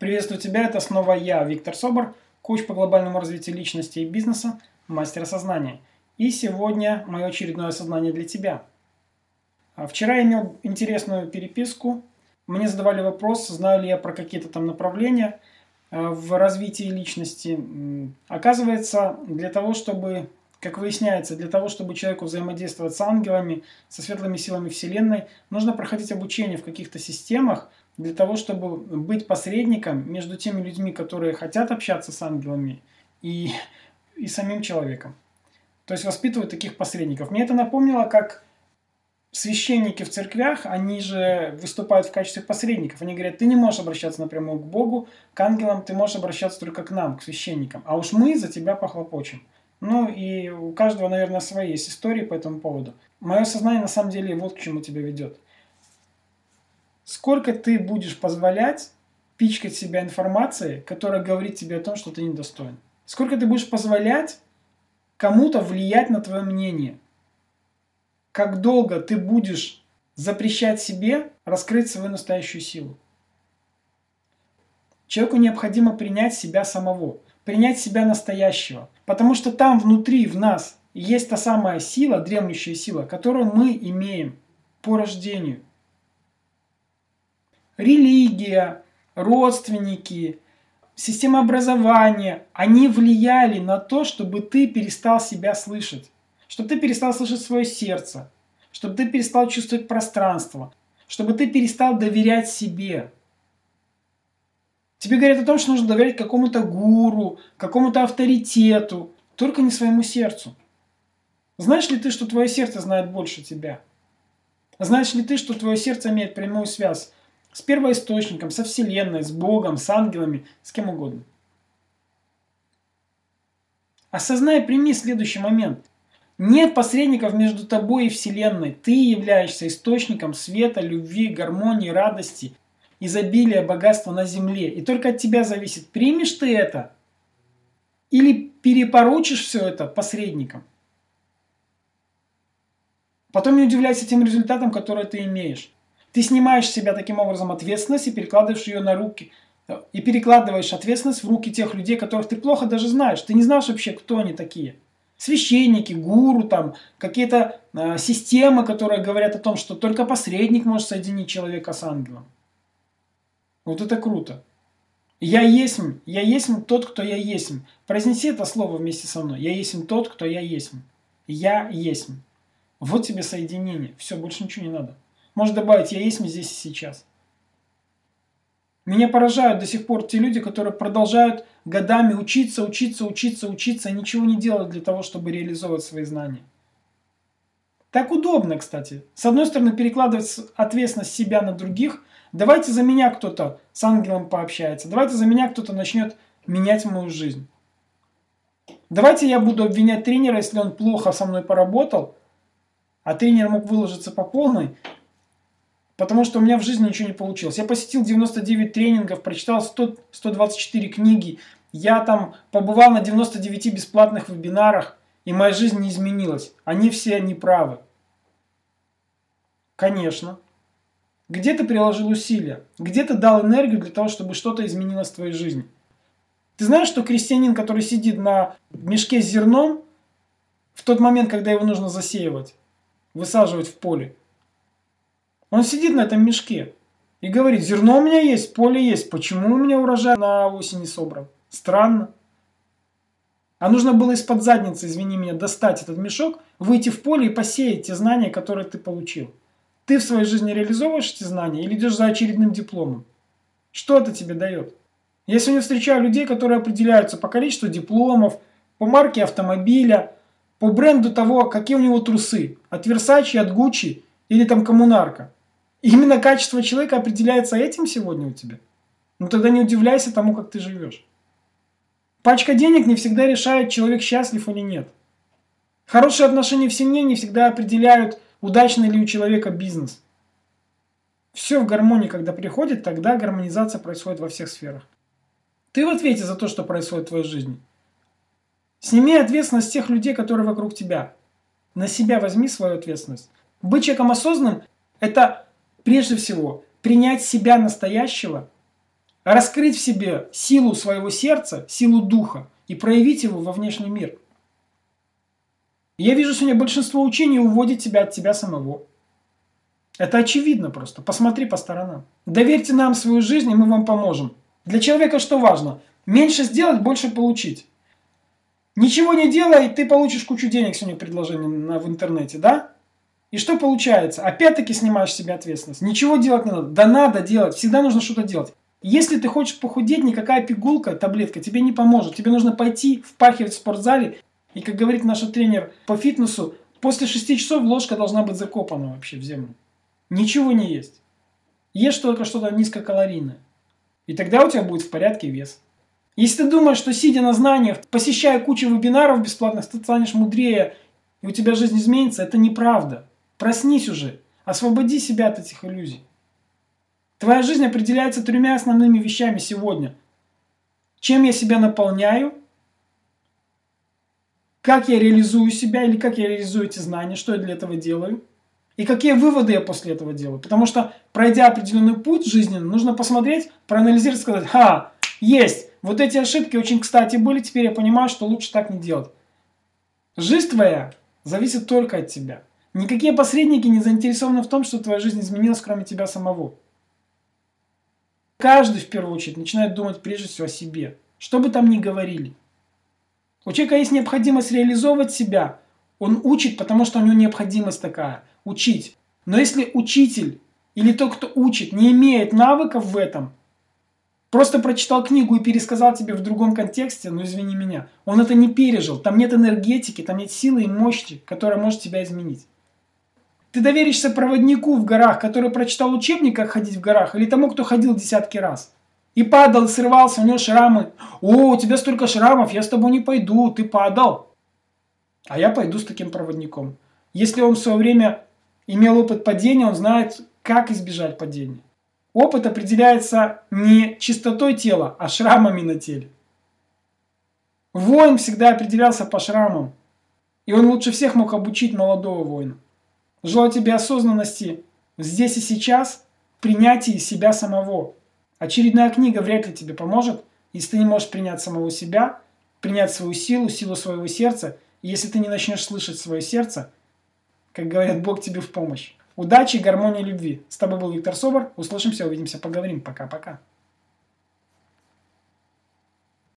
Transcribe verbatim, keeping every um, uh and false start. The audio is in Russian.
Приветствую тебя, это снова я, Виктор Собор, коуч по глобальному развитию личности и бизнеса, мастер осознания. И сегодня мое очередное осознание для тебя. Вчера я имел интересную переписку, мне задавали вопрос, знаю ли я про какие-то там направления в развитии личности. Оказывается, для того, чтобы, как выясняется, для того, чтобы человеку взаимодействовать с ангелами, со светлыми силами Вселенной, нужно проходить обучение в каких-то системах, для того, чтобы быть посредником между теми людьми, которые хотят общаться с ангелами, и, и самим человеком. То есть воспитывать таких посредников. Мне это напомнило, как священники в церквях, они же выступают в качестве посредников. Они говорят, ты не можешь обращаться напрямую к Богу, к ангелам, ты можешь обращаться только к нам, к священникам. А уж мы за тебя похлопочем. Ну и у каждого, наверное, свои есть истории по этому поводу. Мое сознание на самом деле вот к чему тебя ведет. Сколько ты будешь позволять пичкать себя информацией, которая говорит тебе о том, что ты недостоин? Сколько ты будешь позволять кому-то влиять на твое мнение? Как долго ты будешь запрещать себе раскрыть свою настоящую силу? Человеку необходимо принять себя самого, принять себя настоящего. Потому что там внутри, в нас, есть та самая сила, дремлющая сила, которую мы имеем по рождению. Религия, родственники, система образования, они влияли на то, чтобы ты перестал себя слышать. Чтобы ты перестал слышать свое сердце. Чтобы ты перестал чувствовать пространство. Чтобы ты перестал доверять себе. Тебе говорят о том, что нужно доверять какому-то гуру, какому-то авторитету, только не своему сердцу. Знаешь ли ты, что твое сердце знает больше тебя? Знаешь ли ты, что твое сердце имеет прямую связь с первоисточником, со Вселенной, с Богом, с ангелами, с кем угодно? Осознай, прими следующий момент. Нет посредников между тобой и Вселенной. Ты являешься источником света, любви, гармонии, радости, изобилия, богатства на земле. И только от тебя зависит, примешь ты это или перепоручишь все это посредникам. Потом не удивляйся тем результатам, которые ты имеешь. Ты снимаешь с себя таким образом ответственность и перекладываешь ее на руки. И перекладываешь ответственность в руки тех людей, которых ты плохо даже знаешь. Ты не знаешь вообще, кто они такие. Священники, гуру, там, какие-то э, системы, которые говорят о том, что только посредник может соединить человека с ангелом. Вот это круто. Я есть, я есть тот, кто я есть. Произнеси это слово вместе со мной. Я есть тот, кто я есть. Я есть. Вот тебе соединение. Все, больше ничего не надо. Можешь добавить, я есть здесь и сейчас. Меня поражают до сих пор те люди, которые продолжают годами учиться, учиться, учиться, учиться, и ничего не делают для того, чтобы реализовывать свои знания. Так удобно, кстати. С одной стороны, перекладывать ответственность себя на других. Давайте за меня кто-то с ангелом пообщается. Давайте за меня кто-то начнет менять мою жизнь. Давайте я буду обвинять тренера, если он плохо со мной поработал, а тренер мог выложиться по полной, потому что у меня в жизни ничего не получилось. Я посетил девяносто девять тренингов, прочитал сто, сто двадцать четыре книги. Я там побывал на девяноста девяти бесплатных вебинарах, и моя жизнь не изменилась. Они все неправы. Конечно. Где ты приложил усилия? Где ты дал энергию для того, чтобы что-то изменилось в твоей жизни? Ты знаешь, что крестьянин, который сидит на мешке с зерном, в тот момент, когда его нужно засеивать, высаживать в поле, он сидит на этом мешке и говорит, зерно у меня есть, поле есть, почему у меня урожай на осень не собран? Странно. А нужно было из-под задницы, извини меня, достать этот мешок, выйти в поле и посеять те знания, которые ты получил. Ты в своей жизни реализовываешь эти знания или идешь за очередным дипломом? Что это тебе дает? Я сегодня встречаю людей, которые определяются по количеству дипломов, по марке автомобиля, по бренду того, какие у него трусы. От Versace, от Gucci или там Коммунарка. Именно качество человека определяется этим сегодня у тебя? Ну тогда не удивляйся тому, как ты живешь. Пачка денег не всегда решает, человек счастлив или нет. Хорошие отношения в семье не всегда определяют, удачный ли у человека бизнес. Все в гармонии, когда приходит, тогда гармонизация происходит во всех сферах. Ты в ответе за то, что происходит в твоей жизни. Сними ответственность тех людей, которые вокруг тебя. На себя возьми свою ответственность. Быть человеком осознанным – это прежде всего принять себя настоящего раскрыть в себе силу своего сердца, силу духа и проявить его во внешний мир. Я вижу сегодня большинство учений уводит тебя от тебя самого. Это очевидно просто. Посмотри по сторонам. Доверьте нам свою жизнь, и мы вам поможем. Для человека что важно? Меньше сделать, больше получить. Ничего не делай, ты получишь кучу денег сегодня предложение на, в интернете, да? И что получается? Опять-таки снимаешь с себя ответственность. Ничего делать не надо. Да надо делать. Всегда нужно что-то делать. Если ты хочешь похудеть, никакая пигулка, таблетка тебе не поможет. Тебе нужно пойти впахивать в спортзале. И, как говорит наш тренер по фитнесу, после шести часов ложка должна быть закопана вообще в землю. Ничего не есть. Ешь только что-то низкокалорийное. И тогда у тебя будет в порядке вес. Если ты думаешь, что сидя на знаниях, посещая кучу вебинаров бесплатных, ты станешь мудрее, и у тебя жизнь изменится, это неправда. Проснись уже. Освободи себя от этих иллюзий. Твоя жизнь определяется тремя основными вещами сегодня. Чем я себя наполняю, как я реализую себя или как я реализую эти знания, что я для этого делаю, и какие выводы я после этого делаю. Потому что, пройдя определенный путь жизненный, нужно посмотреть, проанализировать, сказать: ха, есть, вот эти ошибки очень кстати были, теперь я понимаю, что лучше так не делать. Жизнь твоя зависит только от тебя. Никакие посредники не заинтересованы в том, что твоя жизнь изменилась, кроме тебя самого. Каждый, в первую очередь, начинает думать прежде всего о себе. Что бы там ни говорили. У человека есть необходимость реализовывать себя. Он учит, потому что у него необходимость такая. Учить. Но если учитель или тот, кто учит, не имеет навыков в этом, просто прочитал книгу и пересказал тебе в другом контексте, ну извини меня, он это не пережил. Там нет энергетики, там нет силы и мощи, которая может тебя изменить. Ты доверишься проводнику в горах, который прочитал учебник, как ходить в горах, или тому, кто ходил десятки раз? И падал, срывался, у него шрамы. О, у тебя столько шрамов, я с тобой не пойду, ты падал. А я пойду с таким проводником. Если он в свое время имел опыт падения, он знает, как избежать падения. Опыт определяется не чистотой тела, а шрамами на теле. Воин всегда определялся по шрамам. И он лучше всех мог обучить молодого воина. Желаю тебе осознанности здесь и сейчас, принятии себя самого. Очередная книга вряд ли тебе поможет, если ты не можешь принять самого себя, принять свою силу, силу своего сердца. И если ты не начнешь слышать свое сердце, как говорят, Бог тебе в помощь. Удачи, гармонии, любви. С тобой был Виктор Собор. Услышимся, увидимся, поговорим. Пока-пока.